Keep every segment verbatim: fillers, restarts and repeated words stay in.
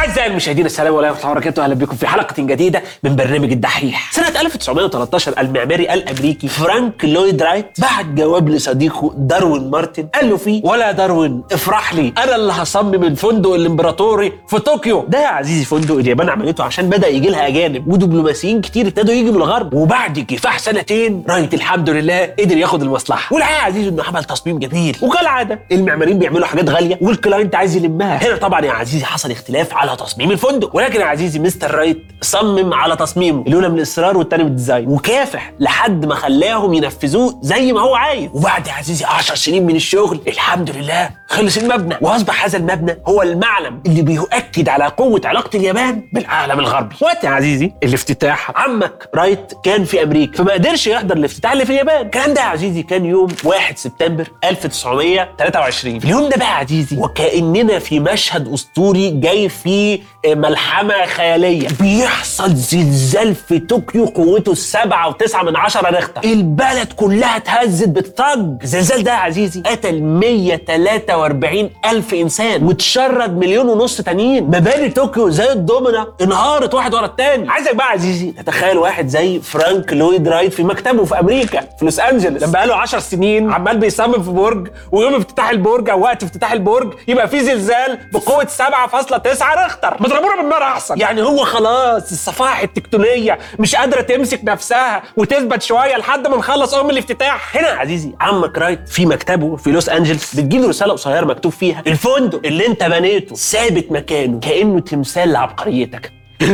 أعزائي المشاهدين السلام عليكم ورحمة الله وبركاته، أهلا بكم في حلقة جديدة من برنامج الدحيح. سنة ألف وتسعمائة وثلاثة عشر المعماري الأمريكي فرانك لويد رايت بعت جواب لصديقه داروين مارتن، قال له فيه: ولا داروين افرح لي، أنا اللي هصمم الفندق الإمبراطوري في طوكيو. ده يا عزيزي فندق اليابان عملته عشان بدأ يجي لها أجانب ودبلوماسيين كتير ابتدوا يجوا من الغرب، وبعد كفاح سنتين رايت الحمد لله قدر ياخد المصلحة. والحقيقة يا عزيزي إنه عمل تصميم جميل، وكالعادة المعماريين بيعملوا حاجات غالية والكلاينت عايز يلمها. هنا طبعا يا عزيزي حصل اختلاف على تصميم الفندق، ولكن يا عزيزي مستر رايت صمم على تصميمه، الاولى من الاصرار والثاني من الديزاين، وكافح لحد ما خلاهم ينفذوه زي ما هو عايز. وبعد يا عزيزي عشر سنين من الشغل الحمد لله خلص المبنى، واصبح هذا المبنى هو المعلم اللي بيؤكد على قوه علاقه اليابان بالعالم الغربي. وقت يا عزيزي الافتتاح عمك رايت كان في امريكا، فما قدرش يحضر الافتتاح اللي في اليابان. الكلام ده يا عزيزي كان يوم واحد سبتمبر ألف وتسعمائة وثلاثة وعشرين. اليوم ده بقى يا عزيزي وكأننا في مشهد اسطوري جاي فيه ملحمة خيالية، بيحصل زلزال في طوكيو قوته السبعة وتسعة من عشرة ريختر، البلد كلها اتهزت بالطج. الزلزال ده يا عزيزي قتل مئة وثلاثة وأربعين ألف إنسان وتشرد مليون ونص تانيين. مباني طوكيو زي الدومنة انهارت واحد ورا التاني. عايزك بقى يا عزيزي تتخيل واحد زي فرانك لويد رايت في مكتبه في أمريكا في لوس أنجلوس، لما بقاله عشر سنين عمال بيصمم في برج، ويوم افتتاح البرج أو وقت افتتاح البرج يبقى فيه زلزال بقوة سبعة فاصلة تسعة ريختر. مضربونا بالنار احسن. يعني هو خلاص الصفائح التكتونيه مش قادره تمسك نفسها وتثبت شويه لحد ما نخلص ام الافتتاح. هنا يا عزيزي عمك رايت في مكتبه في لوس انجلوس بتجيله رساله قصيره مكتوب فيها: الفندق اللي انت بنيته ثابت مكانه كانه تمثال لعبقريتك.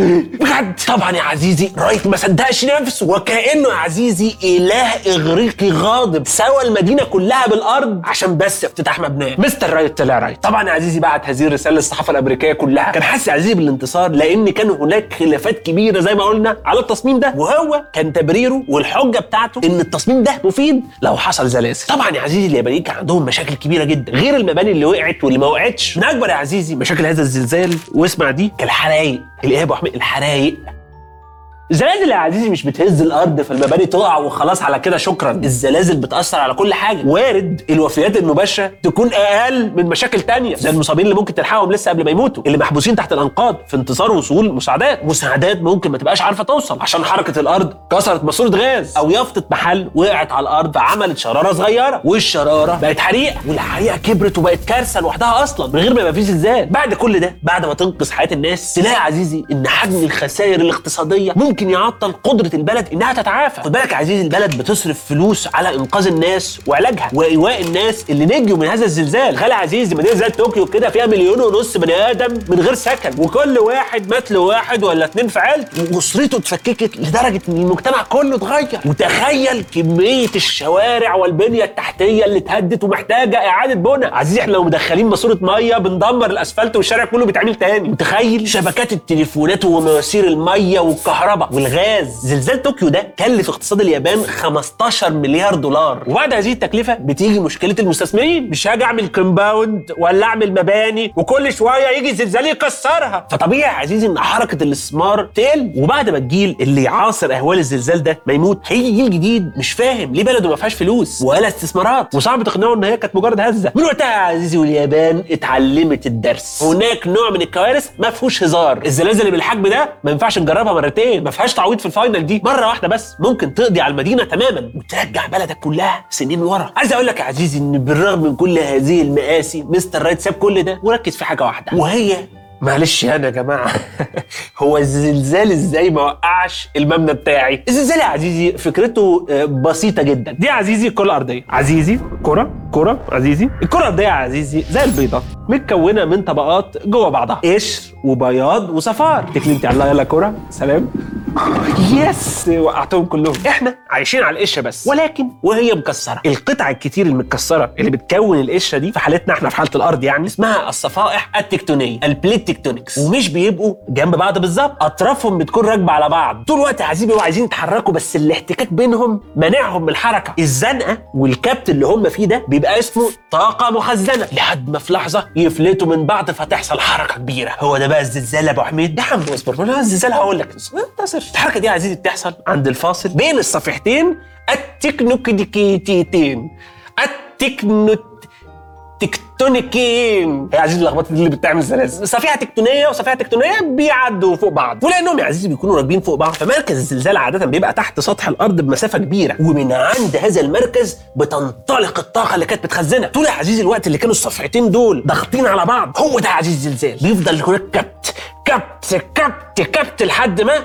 بجد طبعا يا عزيزي رايت ما صدقش نفسه، وكانه يا عزيزي اله اغريقي غاضب سوى المدينه كلها بالارض عشان بس افتتاح مبناه. مستر رايت طلع رايت. طبعا يا عزيزي بعت هذه الرساله للصحافه الامريكيه كلها، كان حاسس يا عزيزي بالانتصار لان كان هناك خلافات كبيره زي ما قلنا على التصميم ده، وهو كان تبريره والحجه بتاعته ان التصميم ده مفيد لو حصل زلازل. طبعا يا عزيزي اليابانيين كان عندهم مشاكل كبيره جدا غير المباني اللي وقعت واللي ما وقعتش. من اكبر يا عزيزي مشاكل هذا الزلزال واسمع دي كالحرايق. الايه الحرايق. الزلازل يا عزيزي مش بتهز الارض فالمباني تقع وخلاص على كده شكرا، الزلازل بتاثر على كل حاجه. وارد الوفيات المباشره تكون اقل من مشاكل تانية زي المصابين اللي ممكن تلحقهم لسه قبل ما يموتوا، اللي محبوسين تحت الانقاض في انتظار وصول مساعدات. مساعدات ممكن ما تبقاش عارفه توصل عشان حركه الارض كسرت ماسوره غاز، او يافطه محل وقعت على الارض فعملت شراره صغيره والشراره بقت حريقه، والحريقه كبرت وبقت كارثه لوحدها اصلا من غير ما يبقى في زلزال. بعد كل ده بعد ما تنقذ حياه الناس تلاقي يا عزيزي ان حجم الخسائر الاقتصاديه ممكن ممكن يعطل قدرة البلد انها تتعافى. خد بالك يا عزيزي البلد بتصرف فلوس على انقاذ الناس وعلاجها وايواء الناس اللي نجوا من هذا الزلزال. خلي عزيزي مدينة زي طوكيو كده فيها مليون ونص بني ادم من غير سكن، وكل واحد مات له واحد ولا اتنين في عيلته، واسرته اتفككت لدرجة ان المجتمع كله اتغير. وتخيل كمية الشوارع والبنية التحتية اللي اتهدت ومحتاجة اعادة بناء. عزيزي احنا لو مدخلين ماسورة مية بندمر الاسفلت والشارع كله بيتعمل تاني. وتخيل شبكات التليفونات ومواسير المية والكهرباء والغاز. زلزال طوكيو ده كلف اقتصاد اليابان خمستاشر مليار دولار. وبعد هذه التكلفه بتيجي مشكله المستثمرين، مش هاجي اعمل كومباوند ولا اعمل مباني وكل شويه يجي زلزال يكسرها. فطبيعي يا عزيزي ان حركه الاستثمار تقل، وبعد ما الجيل اللي يعاصر اهوال الزلزال ده ما يموت هيجي جيل جديد مش فاهم ليه بلده ما فيهاش فلوس ولا استثمارات، وصعب تقنعه ان هي كانت مجرد هزه. من وقتها يا عزيزي واليابان اتعلمت الدرس. هناك نوع من الكوارث ما فيهوش هزار. الزلازل اللي بالحجم ده ما ينفعش نجربها مرتين، ما فيهاش تعويض في الفاينل دي، مره واحده بس ممكن تقضي على المدينه تماما وترجع بلدك كلها سنين ورا. عايز اقول لك يا عزيزي ان بالرغم من كل هذه المآسي مستر رايت ساب كل ده وركز في حاجه واحده، وهي معلش انا يا جماعه هو الزلزال ازاي ما وقعش المبنى بتاعي؟ الزلزال يا عزيزي فكرته بسيطه جدا. دي يا عزيزي كره ارضيه، عزيزي كره كره عزيزي الكره الارضيه يا عزيزي زي البيضه متكونه من طبقات جوه بعضها، قشر وبياض وصفار. تكلمتي على الله يلا كره سلام يس وقعتهم كلهم. احنا عايشين على القشره بس، ولكن وهي مكسره. القطع الكتير المتكسره اللي بتكون القشره دي في حالتنا احنا في حاله الارض يعني اسمها الصفائح التكتونيه البليت تكتونكس، ومش بيبقوا جنب بعض بالظبط، اطرافهم بتكون راكبه على بعض طول الوقت يا عزيزي وعايزين يتحركوا، بس الاحتكاك بينهم مانعهم من الحركه. الزنقه والكبت اللي هم فيه ده بيبقى اسمه طاقه مخزنه، لحد ما في لحظه يفلتوا من بعض فتحصل حركه كبيره. هو ده بقى الزلزال يا ابو حميد. يا عم اصبر انا الزلزال هقول لك. الحركه دي يا عزيزي بتحصل عند الفاصل بين الصفيحتين التكنوكيتين التكنوت تك تكتونيكين. يا عزيزي اللخبطه دي اللي بتعمل زلازل، صفيحه تكتونيه وصفيحه تكتونيه بيعدوا فوق بعض، ولانهم يا عزيزي بيكونوا راكبين فوق بعض فمركز الزلزال عاده بيبقى تحت سطح الارض بمسافه كبيره، ومن عند هذا المركز بتنطلق الطاقه اللي كانت بتخزنها. طول يا عزيزي الوقت اللي كانوا الصفحتين دول ضاغطين على بعض هو ده يا عزيزي الزلزال، بيفضل هناك كبت كبت كبت كبت لحد ما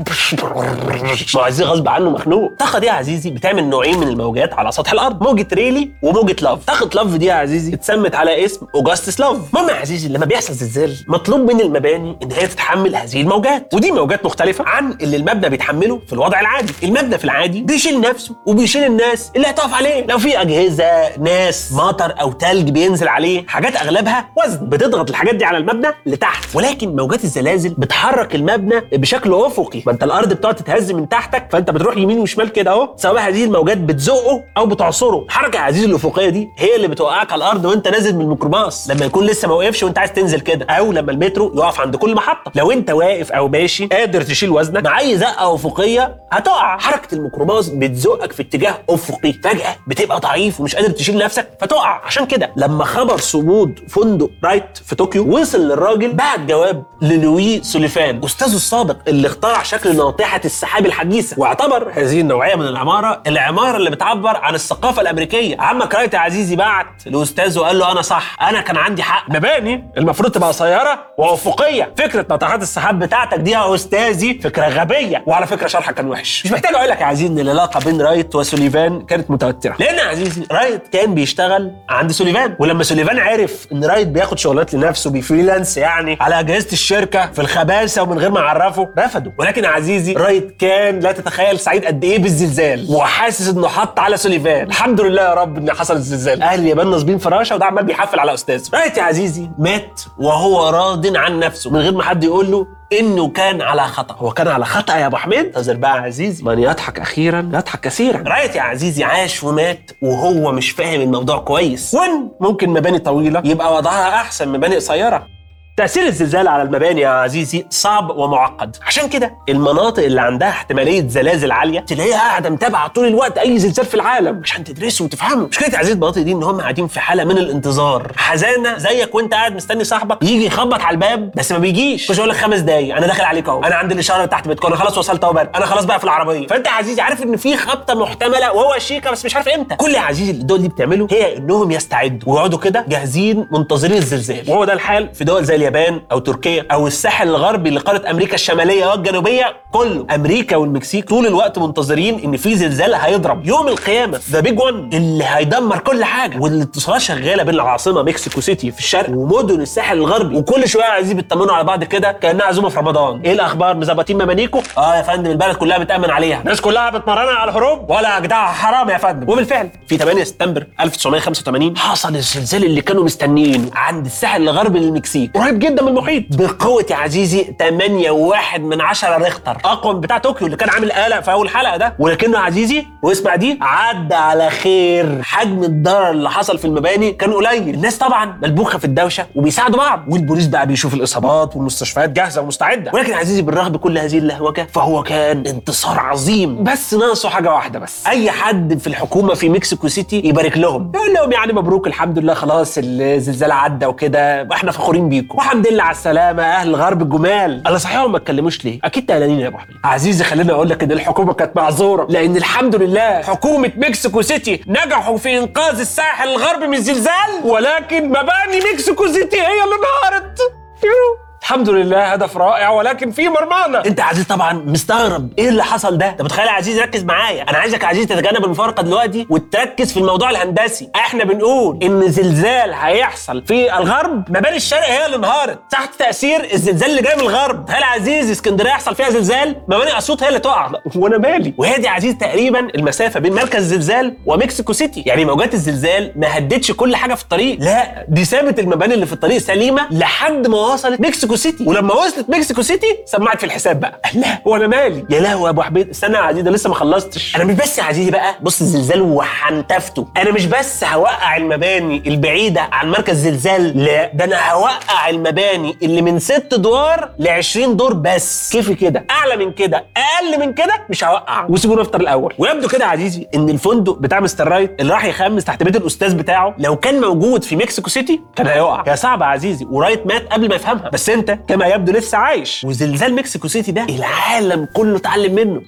عزيزي غصب عنه مخنوق. الطاقه دي يا عزيزي بتعمل نوعين من الموجات على سطح الارض، موجه ريلي وموجه لاف. طاقه لاف دي يا عزيزي اتسمت على اسم اوجاستس لاف. المهم يا عزيزي لما بيحصل زلزال مطلوب من المباني ان هي تتحمل هذه الموجات، ودي موجات مختلفه عن اللي المبنى بيتحمله في الوضع العادي. المبنى في العادي بيشيل نفسه وبيشيل الناس اللي هتقف عليه، لو في اجهزه ناس مطر او تلج بينزل عليه، حاجات اغلبها وزن بتضغط الحاجات دي على المبنى لتحت. ولكن موجات الزلازل بتحرك المبنى بشكل افقي، ما انت الارض بتقعد تتهز من تحتك فانت بتروح يمين وشمال كده اهو، سواء هذه الموجات بتزقه او بتعصره. الحركه يا عزيزي الافقيه دي هي اللي بتوقعك على الارض وانت نازل من الميكروباص لما يكون لسه ما وقفش وانت عايز تنزل كده، او لما المترو يقف عند كل محطه. لو انت واقف او ماشي قادر تشيل وزنك مع اي زقه افقيه هتقع. حركه الميكروباص بتزقك في اتجاه افقي، فجاه بتبقى ضعيف ومش قادر تشيل نفسك فتقع. عشان كده لما خبر صمود فندق رايت في طوكيو وصل للراجل بعت جواب للوي سوليفان استاذه السابق اللي اخترع شكل ناطحه السحاب الحديثه، واعتبر هذه النوعيه من العماره العماره اللي بتعبر عن الثقافه الامريكيه. عمك رايت يا عزيزي بعت لاستاذه وقال له انا صح، انا كان عندي حق، مباني المفروض تبقى قصيره وافقيه. فكره ناطحات السحاب بتاعتك دي يا استاذي فكره غبيه، وعلى فكره شرحك كان وحش. مش محتاج اقول لك يا عزيزي ان العلاقه بين رايت وسوليفان كانت متوتره، لان يا عزيزي رايت كان بيشتغل عند سوليفان، ولما سوليفان عرف ان رايت بياخد شغلات لنفسه بفريلانس يعني على اجهزه الشركه في الخباثه ومن غير ما يعرفه رفضه. ولكن يا عزيزي رايت كان لا تتخيل سعيد قد ايه بالزلزال، وحاسس انه حط على سوليفان. الحمد لله يا رب ان حصل الزلزال، اهل اليابان ناصبين فراشه وده عمال بيحفل على استاذه. رايت يا عزيزي مات وهو راض عن نفسه من غير ما حد يقول له انه كان على خطأ. هو كان على خطأ يا ابو حميد؟ انتظر بقى يا عزيزي، من يضحك اخيرا يضحك كثيرا. رايت يا عزيزي عاش ومات وهو مش فاهم الموضوع كويس، وان ممكن مباني طويله يبقى وضعها احسن من مباني قصيره. تأثير الزلزال على المباني يا عزيزي صعب ومعقد، عشان كده المناطق اللي عندها احتمالية زلازل عالية تلاقيها قاعدة متابعة طول الوقت أي زلزال في العالم عشان تدرسه وتفهمه. مشكلة يا عزيزي المناطق دي إن هم قاعدين في حالة من الانتظار، حزانة زيك وأنت قاعد مستني صاحبك يجي يخبط على الباب بس ما بيجيش، مش هقول لك خمس دقايق أنا داخل عليك أهو، أنا عند الإشارة تحت بيتكم، أنا خلاص وصلت أهو، أنا خلاص بقى في العربية. فأنت يا عزيزي عارف إن في خبطة محتملة وهو شيكة بس مش عارف إمتى. كل يا عزيزي اللي الدول دي بتعمله هي إنهم يستعدوا ويقعدوا كده جاهزين منتظرين الزلزال، وهو ده الحال في دول زي اليابان أو تركيا او الساحل الغربي لقاره امريكا الشماليه والجنوبيه. كله امريكا والمكسيك طول الوقت منتظرين ان في زلزال هيضرب يوم القيامه، ذا بيج وان اللي هيدمر كل حاجه. والاتصالات شغاله بين العاصمه مكسيكو سيتي في الشرق ومدن الساحل الغربي، وكل شويه عايزين بيطمنوا على بعض كده كانها عزومه في رمضان. ايه الاخبار؟ مظبطين مبانيكم؟ اه يا فندم البلد كلها متامن عليها، الناس كلها بتمرنا على الهروب ولا جدع حرام يا فندم. وبالفعل في ثمانية سبتمبر ألف وتسعمية وخمسة وثمانين حصل الزلزال اللي كانوا مستنيينه عند الساحل الغربي للمكسيك، قريب جدا من المحيط، بقوه يا عزيزي ثمانية وواحد من عشرة ريختر، اقوى من بتاع طوكيو اللي كان عامل قلق في اول حلقه ده. ولكنه يا عزيزي واسمع دي عدى على خير. حجم الضرر اللي حصل في المباني كان قليل، الناس طبعا ملبوخه في الدوشه وبيساعدوا بعض، والبوليس بقى بيشوف الاصابات والمستشفيات جاهزه ومستعده. ولكن يا عزيزي بالرغم بكل هذه اللهوجه فهو كان انتصار عظيم، بس ناقصه حاجه واحده بس. اي حد في الحكومه في مكسيكو سيتي يبارك لهم، يقول لهم يعني مبروك الحمد لله خلاص الزلزال عدى وكده واحنا فخورين بيكم والحمد لله على السلامه اهل الغرب الجمال. الله صحيح ما اتكلموش ليه؟ اكيد تقلقانين يا ابو حميد. عزيزي خليني اقول لك ان الحكومه كانت معذوره، لان الحمد لله حكومه مكسيكو سيتي نجحوا في انقاذ الساحل الغربي من الزلزال، ولكن مباني مكسيكو سيتي هي اللي انهارت. الحمد لله هدف رائع ولكن في مرمانه. انت يا عزيز طبعا مستغرب ايه اللي حصل ده؟ انت متخيل يا عزيز؟ ركز معايا، انا عايزك يا عزيز تتجنب المفارقه دلوقتي وتركز في الموضوع الهندسي. احنا بنقول ان زلزال هيحصل في الغرب، مباني الشرق هي اللي انهارت تحت تاثير الزلزال اللي جاي من الغرب. تخيل يا عزيز اسكندريه يحصل فيها زلزال مباني اسيوط هي اللي تقع، وانا مالي. وهي دي يا عزيز تقريبا المسافه بين مركز الزلزال ومكسيكو سيتي، يعني موجات الزلزال ما هدتش كل حاجه في الطريق، لا دي سابت المباني اللي في الطريق سليمه لحد ما وصلت مكسيكو سيتي، ولما وصلت مكسيكو سيتي سمعت في الحساب بقى. لا هو انا مالي يا لهوي يا ابو حميد، استنى يا عزيزي ده لسه ما خلصتش. انا مش بس يا عزيزي بقى بص الزلزال وحنتفته، انا مش بس هوقع المباني البعيده عن مركز زلزال، لا ده انا هوقع المباني اللي من ست ادوار ل عشرين دور بس. كيف كده؟ اعلى من كده اقل من كده مش هوقع. وسيبوني افطر الاول. ويبدو كده يا عزيزي ان الفندق بتاع مستر رايت اللي راح يخمس تحت بيت الاستاذ بتاعه لو كان موجود في مكسيكو سيتي كان هيقع. هي صعبه يا عزيزي ورايت مات قبل ما يفهمها، بس انت كما يبدو لسه عايش. وزلزال مكسيكو سيتي ده العالم كله اتعلم منه.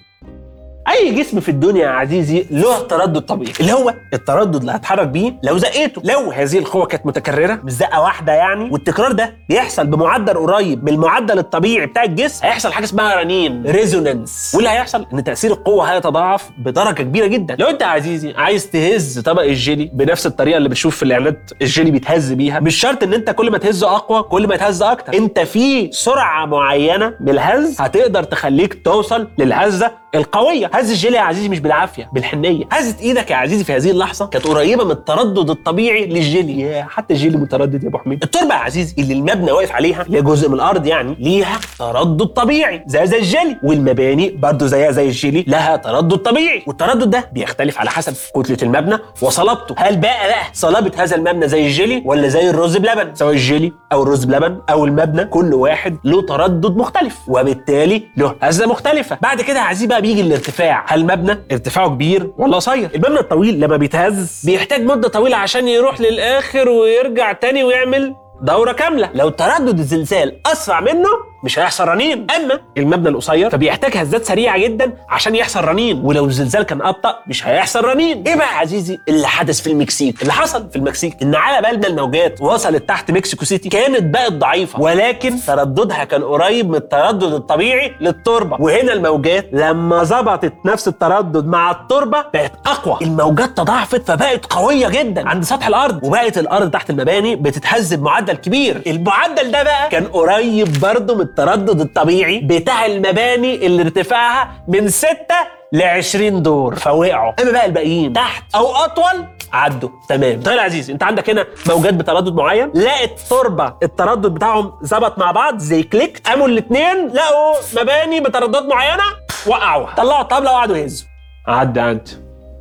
اي جسم في الدنيا يا عزيزي له تردد طبيعي، اللي هو التردد اللي هتحرك بيه لو زقيته. لو هذه القوه كانت متكرره مش زقه واحده يعني، والتكرار ده بيحصل بمعدل قريب من المعدل الطبيعي بتاع الجسم، هيحصل حاجه اسمها رنين ريزونانس. واللي هيحصل ان تاثير القوه هيتضاعف بدرجه كبيره جدا. لو انت يا عزيزي عايز تهز طبق الجيلي بنفس الطريقه اللي بتشوف في الاعلانات الجيلي بيتهز بيها، مش شرط ان انت كل ما تهزه اقوى كل ما يتهز اكتر. انت في سرعه معينه من الهز هتقدر تخليك توصل للهزه القويه. هز الجيلي يا عزيزي مش بالعافيه، بالحنيه. هزه ايدك يا عزيزي في هذه اللحظه كانت قريبه من التردد الطبيعي للجيلي. يا حتى الجيلي متردد يا ابو حميد. التربه يا عزيزي اللي المبنى واقف عليها اللي هي جزء من الارض يعني ليها تردد طبيعي زي زي الجيلي، والمباني برضو زيها زي الجيلي لها تردد طبيعي، والتردد ده بيختلف على حسب كتله المبنى وصلابته. هل بقى بقى صلابه هذا المبنى زي الجيلي ولا زي الرز بلبن؟ سواء الجيلي او الرز بلبن او المبنى كل واحد له تردد مختلف وبالتالي له هزه مختلفه. بعد كده يا عزيزي بقى بيجي الارتفاع. هل مبنى ارتفاعه كبير ولا قصير؟ المبنى الطويل لما بيتهز بيحتاج مده طويله عشان يروح للاخر ويرجع تاني ويعمل دورة كاملة. لو تردد الزلزال أسرع منه مش هيحصل رنين. أما المبنى القصير فبيحتاج هزات سريعة جدا عشان يحصل رنين، ولو الزلزال كان أبطأ مش هيحصل رنين. إيه بقى يا عزيزي اللي حدث في المكسيك؟ اللي حصل في المكسيك إن على بال ما الموجات وصلت تحت مكسيكو سيتي كانت بقت ضعيفة، ولكن ترددها كان قريب من التردد الطبيعي للتربة. وهنا الموجات لما ظبطت نفس التردد مع التربة بقت أقوى. الموجات تضاعفت فبقت قوية جدا عند سطح الأرض، وبقت الأرض تحت المباني بتتهز بمعدل كبير. المعدل ده بقى كان قريب برضه من التردد الطبيعي بتاع المباني اللي ارتفاعها من ستة ل عشرين دور فوقعوا. اما بقى الباقيين تحت او اطول عدوا تمام. طيب يا عزيزي انت عندك هنا موجات بتردد معين، لقت تربه التردد بتاعهم ظبط مع بعض زي كليك، قاموا الاثنين لقوا مباني بترددات معينه وقعوها، طلعوا الطبله وقعدوا يهزوا. عدي عدي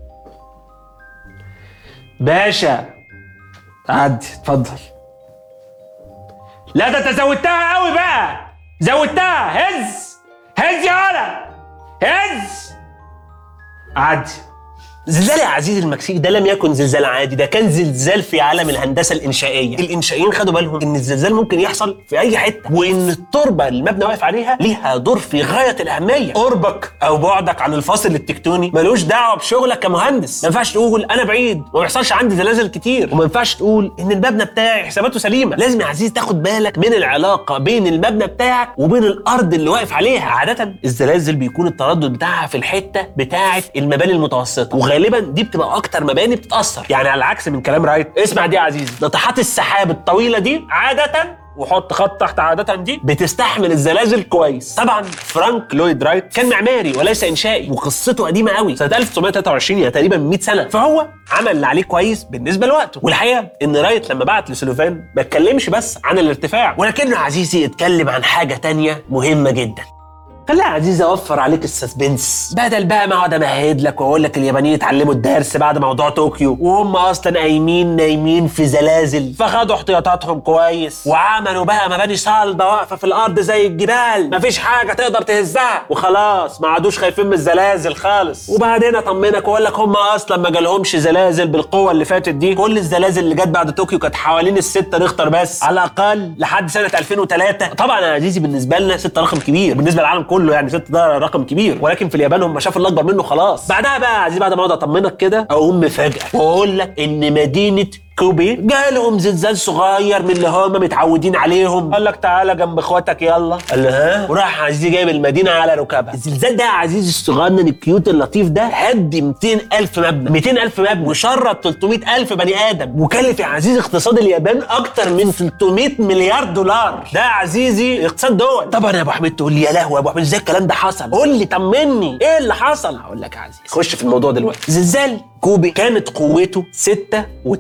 باشا، عدي اتفضل. لا ده انت زودتها قوي بقى، زودتها. هز هز يا ولد هز. عدي. زلزال يا عزيزي المكسيك ده لم يكن زلزال عادي، ده كان زلزال في عالم الهندسه الانشائيه. الانشائيين خدوا بالهم ان الزلزال ممكن يحصل في اي حته، وان التربه اللي المبنى واقف عليها ليها دور في غايه الاهميه. قربك او بعدك عن الفاصل التكتوني ملوش دعوه بشغلك كمهندس. ما ينفعش تقول انا بعيد وما بيحصلش عندي زلازل كتير، وما ينفعش تقول ان المبنى بتاعي حساباته سليمه. لازم يا عزيزي تاخد بالك من العلاقه بين المبنى بتاعك وبين الارض اللي واقف عليها. عاده الزلازل بيكون التردد بتاعها في الحته بتاعه المباني المتوسطه، غالبا دي بتبقى اكتر مباني بتتاثر. يعني على العكس من كلام رايت، اسمع دي يا عزيزي، ناطحات السحاب الطويله دي عاده وحط خط تحت عادة دي بتستحمل الزلازل كويس. طبعا فرانك لويد رايت كان معماري وليس انشائي، وقصته قديمه قوي سنه ألف وتسعمائة وثلاثة وعشرين يعني تقريبا مئة سنه، فهو عمل اللي عليه كويس بالنسبه لوقته. والحقيقه ان رايت لما بعت لسولوفان ما اتكلمش بس عن الارتفاع، ولكنه يا عزيزي اتكلم عن حاجه تانية مهمه جدا. خليها يا عزيزي اوفر عليك السسبنس، بدل بقى ما اقعد امهد لك واقول لك اليابانيين اتعلموا الدرس بعد موضوع طوكيو وهم اصلا قايمين نايمين في زلازل، فخدوا احتياطاتهم كويس وعملوا بقى مباني صلبه واقفه في الارض زي الجبال مفيش حاجه تقدر تهزها، وخلاص ما عادوش خايفين من الزلازل خالص. وبعدين اطمنك واقول لك هم اصلا ما جالهمش زلازل بالقوه اللي فاتت دي. كل الزلازل اللي جت بعد طوكيو كانت حوالين الستة ريختر بس على الاقل لحد سنه ألفين وثلاثة. طبعا يا عزيزي بالنسبه لنا ستة رقم كبير، بالنسبه للعالم كله يعني ستة ده رقم كبير، ولكن في اليابان هم شافوا الاكبر منه خلاص. بعدها بقى يا عزيزي بعد ما اقعد اطمنك كده اقوم مفاجئ واقول لك ان مدينه كوبي جالهم زلزال صغير من اللي هم متعودين عليهم. قال لك تعالى جنب اخواتك يلا. قال له ها، وراح عزيزي جايب المدينه على ركابها. الزلزال ده يا عزيزي الصغنن الكيوت اللطيف ده هد مئتين ألف مبنى، مئتين ألف مبنى، وشرد ثلاثمائة ألف بني ادم، وكلف يا عزيزي اقتصاد اليابان اكتر من ثلاثمائة مليار دولار. ده يا عزيزي اقتصاد دول. طبعا يا ابو حميد تقول لي يا لهوي يا ابو حميد ازاي الكلام ده حصل؟ قول لي طمني ايه اللي حصل؟ هقول لك يا عزيزي خش في الموضوع دلوقتي. زلزال كوبي كانت قوته ستة وتسعة من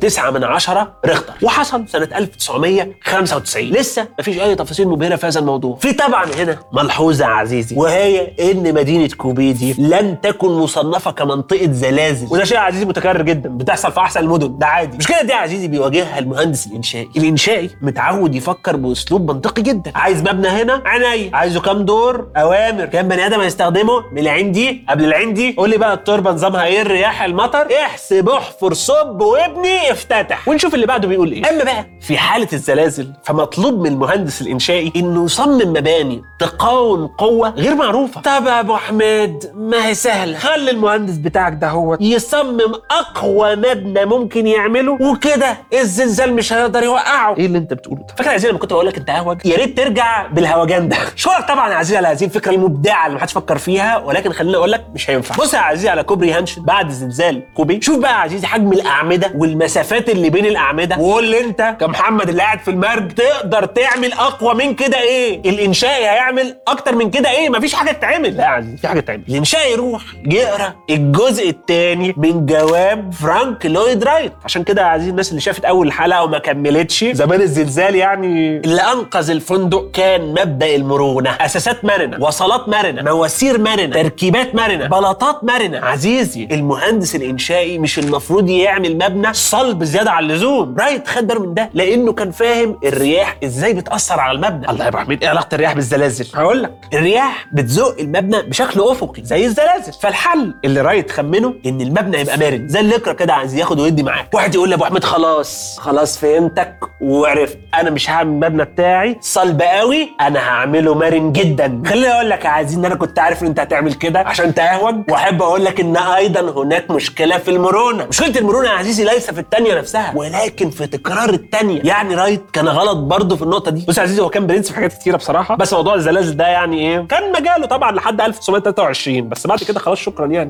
عشرة ريختر، وحصل سنه ألف وتسعمية وخمسة وتسعين. لسه مفيش اي تفاصيل مبهره في هذا الموضوع. في طبعا هنا ملحوظه يا عزيزي، وهي ان مدينه كوبي دي لن تكن مصنفه كمنطقه زلازل، وده شيء عزيزي متكرر جدا بتحصل في احسن المدن، ده عادي. مش كده دي يا عزيزي بيواجهها المهندس الانشائي. الانشائي متعود يفكر باسلوب منطقي جدا. عايز مبنى هنا عينيا، عايزه كام دور، اوامر، كام بني ادم هيستخدمه، من العين دي قبل العين دي، قول لي بقى التربه نظامها ايه، الرياح، المطر، احسب، احفر، صب، وابني، افتتح، ونشوف اللي بعده بيقول ايه. اما بقى في حاله الزلازل فمطلوب من المهندس الانشائي انه يصمم مباني تقاوم قوه غير معروفه. طب يا ابو حميد ما هي سهله، خلي المهندس بتاعك ده هو يصمم اقوى مبنى ممكن يعمله، وكده الزلزال مش هيقدر يوقعه. ايه اللي انت بتقوله ده؟ فاكر يا عزيزي لما كنت بقول لك انت اهوج؟ يا ريت ترجع بالهوجان ده. شكرك طبعا يا عزيزي على هذه الفكره المبدعه اللي ما حدش فكر فيها، ولكن خليني اقول لك مش هينفع. بص يا عزيزي على كوبري هانشن بعد زلزال كوبي، شوف بقى يا عزيزي حجم الاعمده والمسافات اللي بين الاعمده، وقول لي انت كمحمد اللي قاعد في المرج تقدر تعمل اقوى من كده ايه؟ الانشائي هيعمل اكتر من كده ايه؟ مفيش حاجه تتعمل. لا يا عزيزي في حاجه تتعمل. الانشائي يروح يقرا الجزء الثاني من جواب فرانك لويد رايت. عشان كده يا عزيزي الناس اللي شافت اول حلقه وما كملتش زمان الزلزال، يعني اللي انقذ الفندق كان مبدا المرونه، اساسات مرنه، وصلات مرنه، مواسير مرنه، تركيبات مرنه، بلاطات مرنه. عزيزي المهندس الانشائي مش المفروض يعمل مبنى صلب زياده عن اللزوم. رايت خد باله من ده لانه كان فاهم الرياح ازاي بتاثر على المبنى. الله يا ابو حميد ايه علاقه الرياح بالزلازل؟ هقول لك، الرياح بتزق المبنى بشكل افقي زي الزلازل، فالحل اللي رايت خمنه ان المبنى يبقى مرن زي الليكره كده، عايز ياخد ويدي معاك. واحد يقول لي ابو حميد خلاص خلاص فهمتك وعرفت، انا مش هعمل المبنى بتاعي صلب قوي، انا هعمله مرن جدا. خليني اقول لك يا عزيزي ان انا كنت عارف ان انت هتعمل كده عشان تهوج، واحب اقول لك ان ايضا هناك مشكله في المرونه. مشكله المرونه يا عزيزي ليس في الثانيه نفسها ولكن في تكرار الثانيه. يعني رايت كان غلط برضه في النقطه دي. بص يا عزيزي هو كان برنس في حاجات كتيره بصراحه، بس موضوع الزلازل ده يعني ايه كان مجاله طبعا لحد ألف وتسعمية وتلاتة وعشرين، بس بعد كده خلاص شكرا. يعني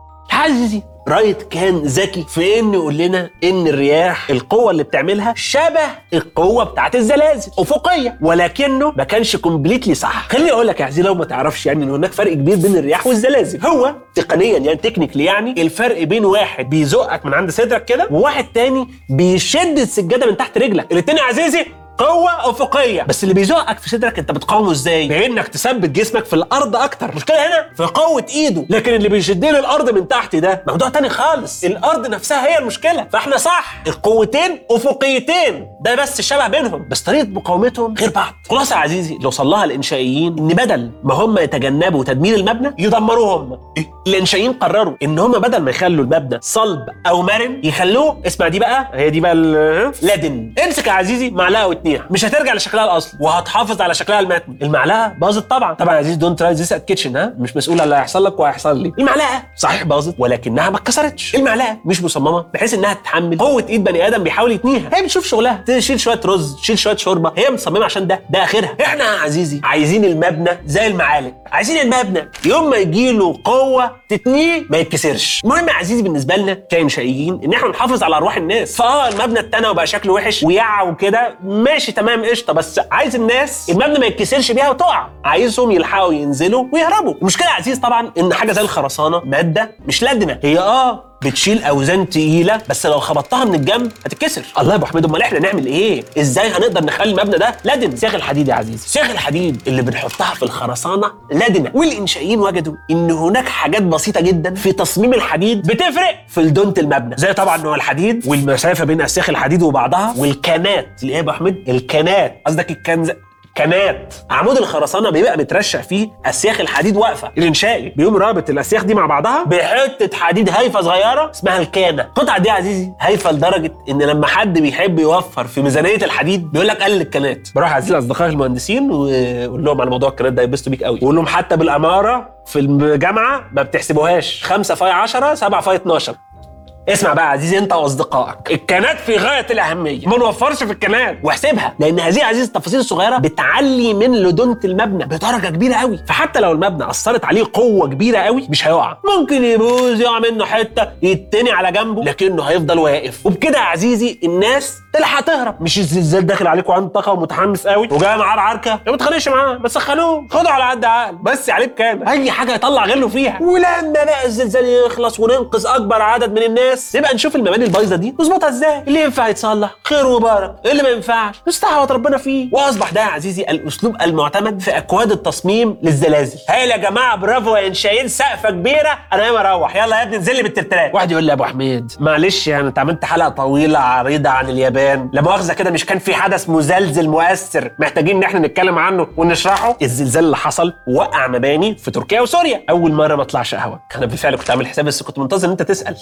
عزيزي رايت كان ذكي في انه يقول لنا ان الرياح القوه اللي بتعملها شبه القوه بتاعت الزلازل، افقيه، ولكنه ما كانش كومبليتلي صح. خليني اقول لك يا عزيزي لو ما تعرفش يعني ان هناك فرق كبير بين الرياح والزلازل. هو تقنيا يعني تكنيكلي يعني الفرق بين واحد بيزقك من عند صدرك كده وواحد تاني بيشد السجاده من تحت رجلك. الاثنين يا عزيزي قوة أفقية، بس اللي بيزقك في صدرك أنت بتقاومه إزاي؟ بإنك تثبت جسمك في الأرض أكتر. مشكلة هنا في قوة إيده، لكن اللي بيشدني الأرض من تحت ده موضوع تاني خالص. الأرض نفسها هي المشكلة. فإحنا صح القوتين أفقيتين، ده بس الشبه بينهم، بس طريقة مقاومتهم غير بعض. خلاصة يا عزيزي اللي وصل لها الإنشائيين إن بدل ما هم يتجنبوا تدمير المبنى يدمروه هم. إيه؟ الإنشائيين قرروا إن هم بدل ما يخلوا المبنى صلب أو مرن يخلوه، اسمع دي بقى، هي دي بقى لادن. امسك يا عزيزي معلقة واتنين، مش هترجع لشكلها الاصلي وهتحافظ على شكلها المتني. المعلقه باظت طبعا طبعا يا عزيزي، دونت تراي ذيس ات كيتشن، ها مش مسؤول على اللي هيحصل لك وهيحصل لي. المعلقه صحيح باظت ولكنها ما اتكسرتش. المعلقه مش مصممه بحيث انها تتحمل قوه ايد بني ادم بيحاول يتنيها. هي بتشوف شغلها، تشيل شويه رز، تشيل شويه شوربه، هي مصممه عشان ده ده اخرها. احنا يا عزيزي عايزين المبنى زي المعالق، عايزين المبنى يوم ما يجي له قوه تتنيه ما يتكسرش. المهم يا عزيزي بالنسبه لنا كإنشائيين ان احنا نحافظ على ارواح الناس. فاه المبنى اتنى وبقى شكله وحش ويعا وكده ماشي تمام قشطه، بس عايز الناس المبنى ما يتكسرش بيها وتقع، عايزهم يلحقوا ينزلوا ويهربوا. المشكله يا عزيز طبعا ان حاجه زي الخرسانه ماده مش لادنه، هي اه بتشيل اوزان تقيله بس لو خبطتها من الجنب هتتكسر. الله يا ابو حميد امال احنا نعمل ايه؟ ازاي هنقدر نخلي المبنى ده لادن؟ صيغ الحديد يا عزيزي، صيغ الحديد اللي بنحطها في الخرسانه لادنه. والانشائيين وجدوا ان هناك حاجات بسيطه جدا في تصميم الحديد بتفرق في لدونه المبنى، زي طبعا نوع الحديد والمسافه بين اسياخ الحديد وبعضها والكانات. اللي ايه يا ابو حميد؟ الكانات، قصدك الكنز كانات. عمود الخرسانه بيبقى مترشح فيه اسياخ الحديد واقفه، الانشائي بيقوم رابط الاسياخ دي مع بعضها بحته حديد هايفه صغيره اسمها الكانه. القطعه دي يا عزيزي هايفه لدرجه ان لما حد بيحب يوفر في ميزانيه الحديد بيقول لك قلل الكانات. بروح يا عزيزي لاصدقائي المهندسين واقول لهم على موضوع الكانات ده يبسطوا بيك قوي، واقول لهم حتى بالاماره في الجامعه ما بتحسبوهاش خمسة فاي عشرة سبعة فاي اتناشر. اسمع بقى يا عزيزي انت واصدقائك، الكانات في غايه الاهميه، ما نوفرش في الكانات واحسبها، لان هذه يا عزيزي التفاصيل الصغيره بتعلي من لدونه المبنى بدرجه كبيره قوي. فحتى لو المبنى اثرت عليه قوه كبيره قوي مش هيقع، ممكن يبوظ يقع منه حته يتني على جنبه لكنه هيفضل واقف. وبكده يا عزيزي الناس تلحق تهرب، مش الزلزال داخل عليكم عنده طاقه ومتحمس قوي وجاي معاه العركه، ما تتخانقش معاه بس سخنوه، خدوا على قد عقل، بس عليه بكام اي حاجه يطلع غله فيها. ولما بقى الزلزال يخلص وننقذ اكبر عدد من الناس بس نبقى نشوف المباني البايظه دي نظبطها ازاي، اللي ينفع يتصلح خير وبركه، اللي ما ينفعش نستعوض ربنا فيه. واصبح ده يا عزيزي الاسلوب المعتمد في اكواد التصميم للزلازل. هايل يا جماعه، برافو يا انشائيين، سقفه كبيره، انا قايم اروح، يلا يا ابني انزل لي بالترترات. واحد يقول لي يا ابو حميد معلش يعني انت عملت حلقه طويله عريضه عن اليابان، لا مؤاخذه كده مش كان في حدث مزلزل مؤثر محتاجين ان احنا نتكلم عنه ونشرحه؟ الزلزال اللي حصل وقع مباني في تركيا وسوريا. اول مره ما اطلعش قهوه، انا بالفعل كنت عامل حساب بس كنت منتظر ان انت تسال.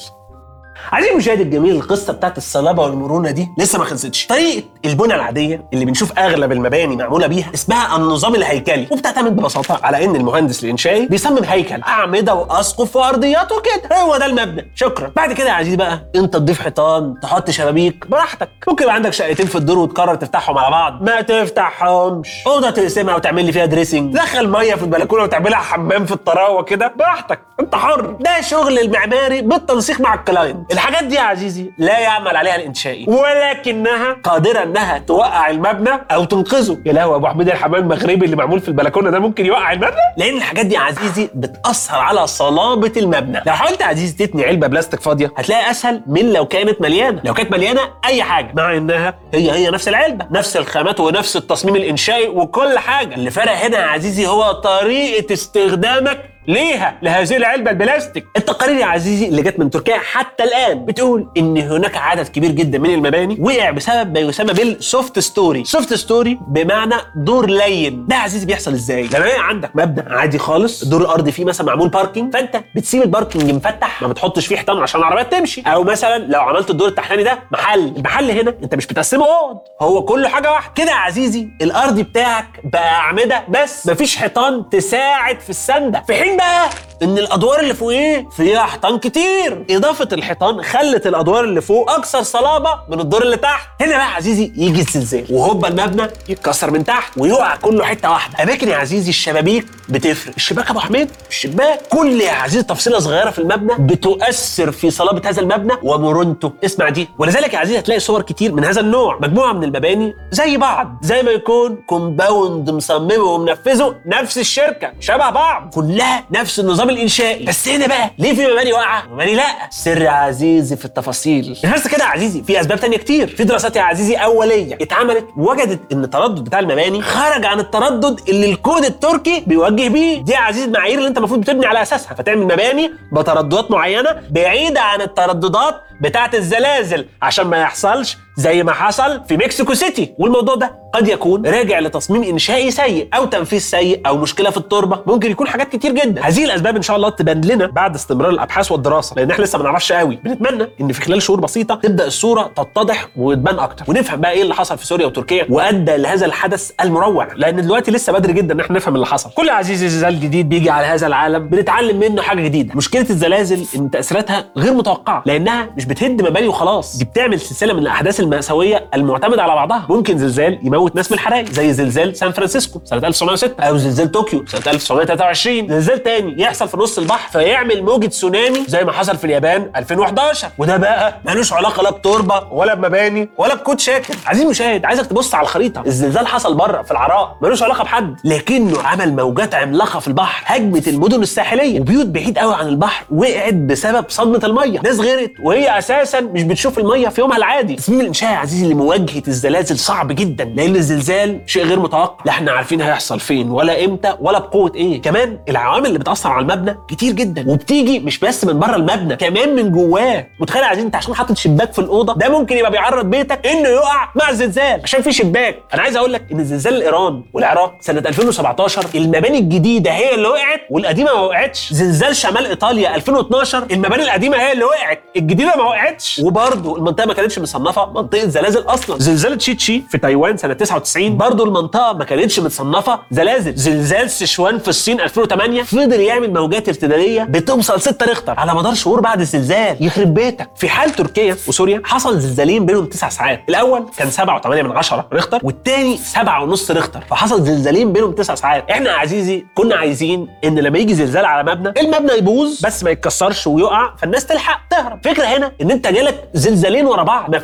عزيزي المشاهد الجميل، القصه بتاعت الصلابه والمرونه دي لسه ما خلصتش. طريقه البنى العاديه اللي بنشوف اغلب المباني معموله بيها اسمها النظام الهيكلي، وبتعتمد ببساطه على ان المهندس الانشائي بيصمم هيكل، اعمده واسقف وارضيات وكده، هو ده المبنى، شكرا. بعد كده يا عزيزي بقى انت تضيف حيطان، تحط شبابيك براحتك. ممكن يبقى عندك شقتين في الدور وتقرر تفتحهم على بعض، ما تفتحهمش. اوضه تقسمها وتعمل لي فيها دريسنج، تدخل ميه في البلكونه وتعملها حمام في الطراوه كده، براحتك انت حر. ده شغل المعماري بالتنسيق مع الكلاينت. الحاجات دي يا عزيزي لا يعمل عليها الانشائي، ولكنها قادره انها توقع المبنى او تنقذه. يا لهوي ابو حميد، الحمام المغربي اللي معمول في البلكونه ده ممكن يوقع المبنى؟ لان الحاجات دي يا عزيزي بتاثر على صلابه المبنى. لو حاولت يا عزيزي تتني علبه بلاستيك فاضيه هتلاقي اسهل من لو كانت مليانه. لو كانت مليانه اي حاجه، مع انها هي هي نفس العلبه، نفس الخامات ونفس التصميم الانشائي وكل حاجه. اللي فرق هنا يا عزيزي هو طريقه استخدامك ليها لهذه العلبه البلاستيك. التقارير يا عزيزي اللي جت من تركيا حتى الان بتقول ان هناك عدد كبير جدا من المباني وقع بسبب ما يسمى بالسوفت ستوري. سوفت ستوري بمعنى دور لين. ده يا عزيزي بيحصل ازاي؟ لما يبقى عندك مبنى عادي خالص، الدور الارضي فيه مثلا معمول باركينج، فانت بتسيب الباركينج مفتح، ما بتحطش فيه حيطان عشان العربيات تمشي. او مثلا لو عملت الدور التحتاني ده محل، المحل هنا انت مش بتقسمه اوض، هو كله حاجه واحده. كده يا عزيزي الارضي بتاعك بقى اعمده بس، مفيش حيطان تساعد في السنده، في حين بقى ان الادوار اللي فوقيه فيها حيطان كتير. اضافه الحيطان خلت الادوار اللي فوق اكثر صلابه من الدور اللي تحت. هنا بقى يا عزيزي يجي الزلزال وهوبا المبنى يتكسر من تحت ويقع كله حته واحده. اماكن يا عزيزي الشبابيك بتفرق. الشباك ابو حميد، الشباك كل يا عزيزي تفصيله صغيره في المبنى بتؤثر في صلابه هذا المبنى ومرونته. اسمع دي. ولذلك يا عزيزي هتلاقي صور كتير من هذا النوع، مجموعه من المباني زي بعض، زي ما يكون كومباوند مصممه ومنفذه نفس الشركه، شبه بعض، كلها نفس النظام الانشائي. بس هنا بقى ليه في مباني واقعه ومباني لا؟ السر يا عزيزي في التفاصيل. مش بس كده يا عزيزي، في اسباب تانية كتير. في دراسات يا عزيزي اوليه اتعملت وجدت ان التردد بتاع المباني خرج عن التردد اللي الكود التركي بيوجه بيه. دي يا عزيزي المعايير اللي انت المفروض بتبني على اساسها، فتعمل مباني بترددات معينه بعيده عن الترددات بتاعه الزلازل عشان ما يحصلش زي ما حصل في مكسيكو سيتي. والموضوع ده قد يكون راجع لتصميم انشائي سيء او تنفيذ سيء او مشكله في التربه، ممكن يكون حاجات كتير جدا. هذه الاسباب ان شاء الله تبان لنا بعد استمرار الابحاث والدراسه، لان احنا لسه ما نعرفش قوي. بنتمنى ان في خلال شهور بسيطه تبدا الصوره تتضح وتبان اكتر، ونفهم بقى ايه اللي حصل في سوريا وتركيا وادى لهذا الحدث المروع، لان دلوقتي لسه بدري جدا ان احنا نفهم اللي حصل. كل عزيزي زلزال جديد بيجي على هذا العالم بنتعلم منه حاجه جديده. مشكله الزلازل ان تاثيراتها غير متوقعه، لانها مش بتهد مباني وخلاص، دي بتعمل سلسله من الاحداث المأساويه المعتمده على بعضها. ممكن زلزال يموت ناس من الحرايق زي زلزال سان فرانسيسكو سنه ألف وتسعمائة وستة، او زلزال طوكيو سنه ألف وتسعمائة وثلاثة وعشرين. زلزال تاني يحصل في نص البحر فيعمل موجه تسونامي زي ما حصل في اليابان ألفين وأحد عشر، وده بقى مالوش علاقه لا بتربه ولا بمباني ولا بكود شاكر. عزيزي المشاهد، عايزك تبص على الخريطه. الزلزال حصل بره في العراق، مالوش علاقه بحد، لكنه عمل موجات عملاقه في البحر هجمت المدن الساحليه، وبيوت بعيد قوي عن البحر وقعت بسبب صدمه الميه. ناس غرقت وهي اساسا مش بتشوف الميه في يومها العادي. تصميم الانشاء يا عزيزي لمواجهه الزلازل صعب جدا، لان الزلزال شيء غير متوقع، لا احنا عارفين هيحصل فين ولا امتى ولا بقوه ايه. كمان العوامل اللي بتاثر على المبنى كتير جدا، وبتيجي مش بس من بره المبنى، كمان من جواه. متخيل يا عزيزي انت عشان حاطط شباك في الاوضه ده ممكن يبقى بيعرض بيتك انه يقع مع الزلزال عشان في شباك. انا عايز اقول لك ان زلزال ايران والعراق سنه ألفين وسبعتاشر المباني الجديده هي اللي وقعت والقديمه ما وقعتش. زلزال شمال ايطاليا ألفين واثناشر المباني القديمه هي اللي وقعت، الجديده ما وقعتش، وبرده المنطقه ما كانتش مصنفه منطقه زلازل اصلا. زلزال تشيتشي في تايوان سنه تسعة وتسعين برضه المنطقه ما كانتش متصنفه زلازل. زلزال سيشوان في الصين ألفين وثمانية فضل يعمل موجات ارتداديه بتوصل ستة ريختر على مدار شهور بعد الزلزال، يخرب بيتك. في حال تركيا وسوريا حصل زلزالين بينهم تسع ساعات، الاول كان سبعة وثمانية من عشرة ريختر والثاني سبعة ونص ريختر، فحصل زلزالين بينهم تسع ساعات. احنا يا عزيزي كنا عايزين ان لما يجي زلزال على مبنى المبنى يبوظ بس ما يتكسرش ويقع، فالناس تلحق تهرب. فكره هنا ان انت جالك زلزالين ورا بعض، مفيش مبنى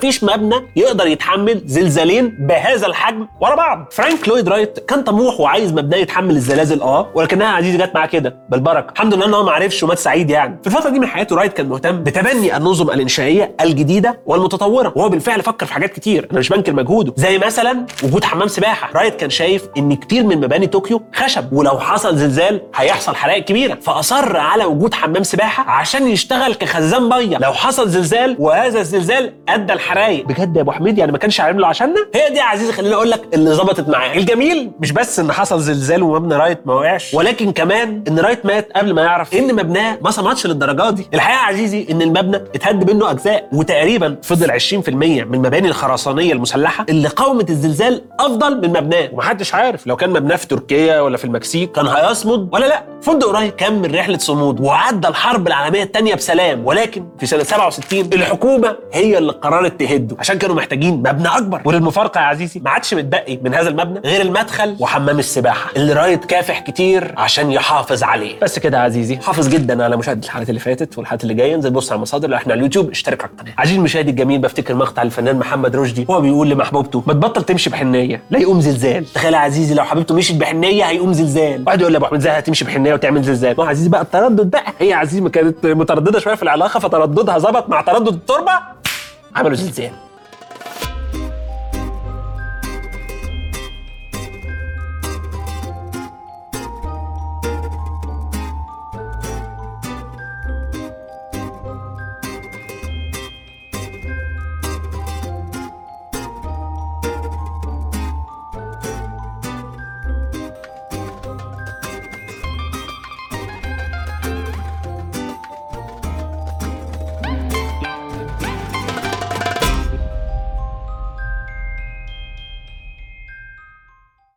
مبنى يقدر يتحمل زلزالين بهذا الحجم ورا بعض. فرانك لويد رايت كان طموح وعايز مبنى يتحمل الزلازل اه ولكنها عزيزي جت معاه كده بالبركه. الحمد لله ان هو ما عرفش ومات سعيد يعني. في الفتره دي من حياته رايت كان مهتم بتبني النظم الانشائيه الجديده والمتطوره، وهو بالفعل فكر في حاجات كتير انا مش بنكر مجهوده، زي مثلا وجود حمام سباحه. رايت كان شايف ان كتير من مباني طوكيو خشب، ولو حصل زلزال هيحصل حرائق كبيره، فاصر على وجود حمام سباحه عشان يشتغل كخزان ميه لو حصل زلزال وهذا الزلزال ادى الحرائق. بجد يا ابو حميد يعني ما كانش عامل له عشاننا؟ هي دي يا عزيزي خليني اقول لك اللي ظبطت معاه. الجميل مش بس ان حصل زلزال ومبنى رايت ما وقعش، ولكن كمان ان رايت مات قبل ما يعرف ان مبناه ما صمتش للدرجه دي. الحقيقه يا عزيزي ان المبنى اتهد منه اجزاء، وتقريبا فضل عشرين في المية من المباني الخرسانيه المسلحه اللي قاومت الزلزال افضل من مبناه، ومحدش عارف لو كان مبناه في تركيا ولا في المكسيك كان هيصمد ولا لا. فندق رايت كمل رحله صمود وعدى الحرب العالميه الثانيه بسلام، ولكن في سنه سبعة وستين الحكومه هي اللي قررت تهده عشان كانوا محتاجين مبنى اكبر. وللمفارقه يا عزيزي ما عادش متبقي من هذا المبنى غير المدخل وحمام السباحه اللي رايت كافح كتير عشان يحافظ عليه. بس كده يا عزيزي، حافظ جدا على مشاهده الحلقات اللي فاتت والحلقات اللي جايه. انزل بص على المصادر اللي احنا على اليوتيوب، اشترك على القناه. عزيزي المشاهد الجميل، بفتكر مقطع الفنان محمد رشدي وهو بيقول لمحبوبته ما تبطل تمشي بحنيه لا يقوم زلزال. تخيل يا عزيزي لو حبيبته مشيت بحنيه هيقوم زلزال. واحد يقول لي ابو احمد ازاي هتمشي بحنيه وتعمل زلزال؟ ما عزيزي بقى التردد بقى، هي عزيزي ما كانت متردده شويه في العلاقه فترددها ظبط مع تردد التربه عملوا زلزال.